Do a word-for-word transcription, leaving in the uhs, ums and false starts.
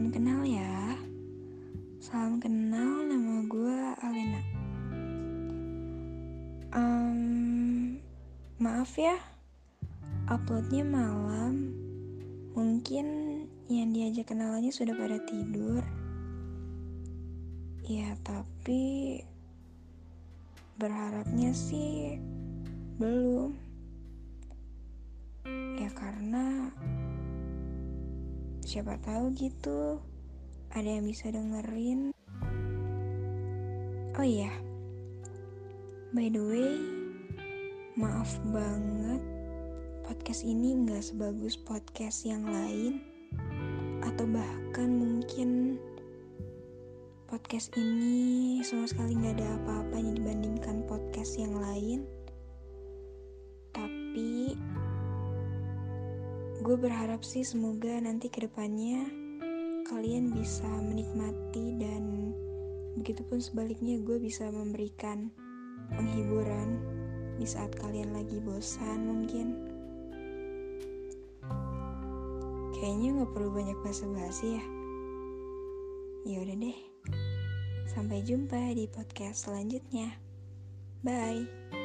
Salam kenal ya. Salam kenal, nama gue Alena. um, Maaf ya, uploadnya malam. Mungkin yang diajak kenalannya sudah pada tidur. Ya tapi berharapnya sih belum. Ya karena siapa tahu gitu ada yang bisa dengerin. Oh iya, by the way, maaf banget podcast ini gak sebagus podcast yang lain. Atau bahkan mungkin podcast ini sama sekali gak ada apa-apanya dibandingkan podcast yang lain. Tapi gue berharap sih semoga nanti kedepannya kalian bisa menikmati, dan begitupun sebaliknya gue bisa memberikan penghiburan di saat kalian lagi bosan mungkin. Kayaknya gak perlu banyak basa-basi ya. Ya udah deh. Sampai jumpa di podcast selanjutnya. Bye.